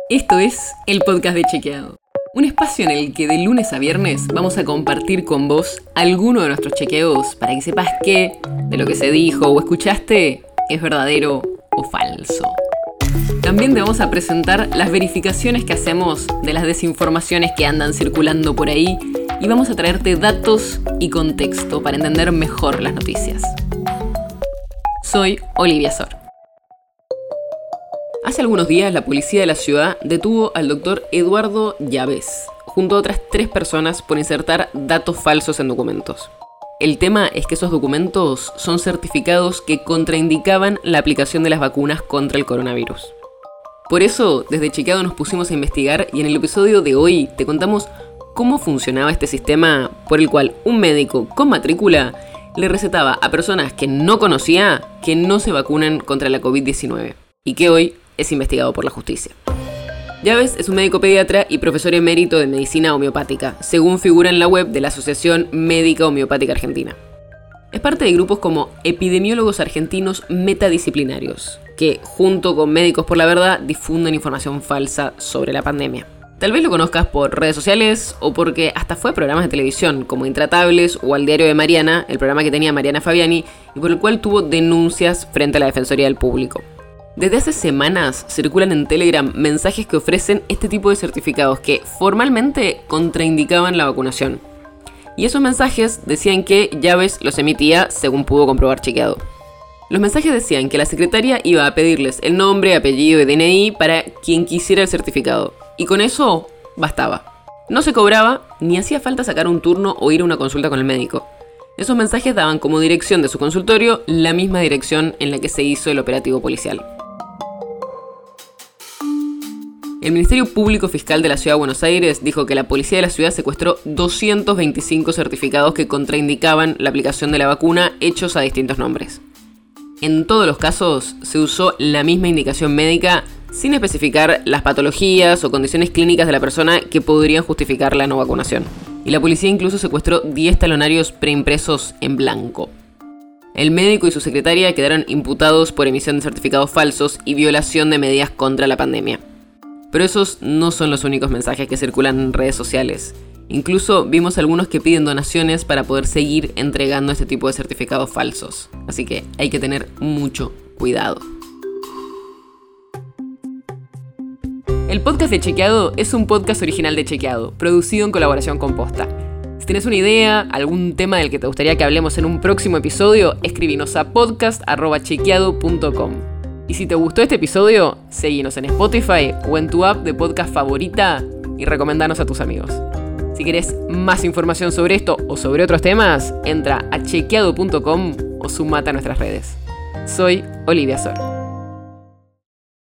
Esto es el podcast de Chequeado, un espacio en el que de lunes a viernes vamos a compartir con vos alguno de nuestros chequeos para que sepas qué de lo que se dijo o escuchaste es verdadero o falso. También te vamos a presentar las verificaciones que hacemos de las desinformaciones que andan circulando por ahí y vamos a traerte datos y contexto para entender mejor las noticias. Soy Olivia Sor. Hace algunos días la policía de la ciudad detuvo al doctor Eduardo Llaves, junto a otras 3 personas por insertar datos falsos en documentos. El tema es que esos documentos son certificados que contraindicaban la aplicación de las vacunas contra el coronavirus. Por eso, desde Chequeado nos pusimos a investigar y en el episodio de hoy te contamos cómo funcionaba este sistema por el cual un médico con matrícula le recetaba a personas que no conocía que no se vacunen contra la COVID-19 y que hoy es investigado por la justicia. Llaves es un médico pediatra y profesor emérito de medicina homeopática, según figura en la web de la Asociación Médica Homeopática Argentina. Es parte de grupos como Epidemiólogos Argentinos Metadisciplinarios, que, junto con Médicos por la Verdad, difunden información falsa sobre la pandemia. Tal vez lo conozcas por redes sociales o porque hasta fue a programas de televisión como Intratables o al Diario de Mariana, el programa que tenía Mariana Fabiani, y por el cual tuvo denuncias frente a la Defensoría del Público. Desde hace semanas circulan en Telegram mensajes que ofrecen este tipo de certificados que formalmente contraindicaban la vacunación. Y esos mensajes decían que Llaves los emitía según pudo comprobar Chequeado. Los mensajes decían que la secretaria iba a pedirles el nombre, apellido y DNI para quien quisiera el certificado. Y con eso bastaba. No se cobraba ni hacía falta sacar un turno o ir a una consulta con el médico. Esos mensajes daban como dirección de su consultorio la misma dirección en la que se hizo el operativo policial. El Ministerio Público Fiscal de la Ciudad de Buenos Aires dijo que la policía de la ciudad secuestró 225 certificados que contraindicaban la aplicación de la vacuna hechos a distintos nombres. En todos los casos se usó la misma indicación médica sin especificar las patologías o condiciones clínicas de la persona que podrían justificar la no vacunación. Y la policía incluso secuestró 10 talonarios preimpresos en blanco. El médico y su secretaria quedaron imputados por emisión de certificados falsos y violación de medidas contra la pandemia. Pero esos no son los únicos mensajes que circulan en redes sociales. Incluso vimos algunos que piden donaciones para poder seguir entregando este tipo de certificados falsos. Así que hay que tener mucho cuidado. El podcast de Chequeado es un podcast original de Chequeado, producido en colaboración con Posta. Si tienes una idea, algún tema del que te gustaría que hablemos en un próximo episodio, escríbenos a podcast@chequeado.com. Y si te gustó este episodio, seguinos en Spotify o en tu app de podcast favorita y recomendanos a tus amigos. Si querés más información sobre esto o sobre otros temas, entra a chequeado.com o sumate a nuestras redes. Soy Olivia Sor.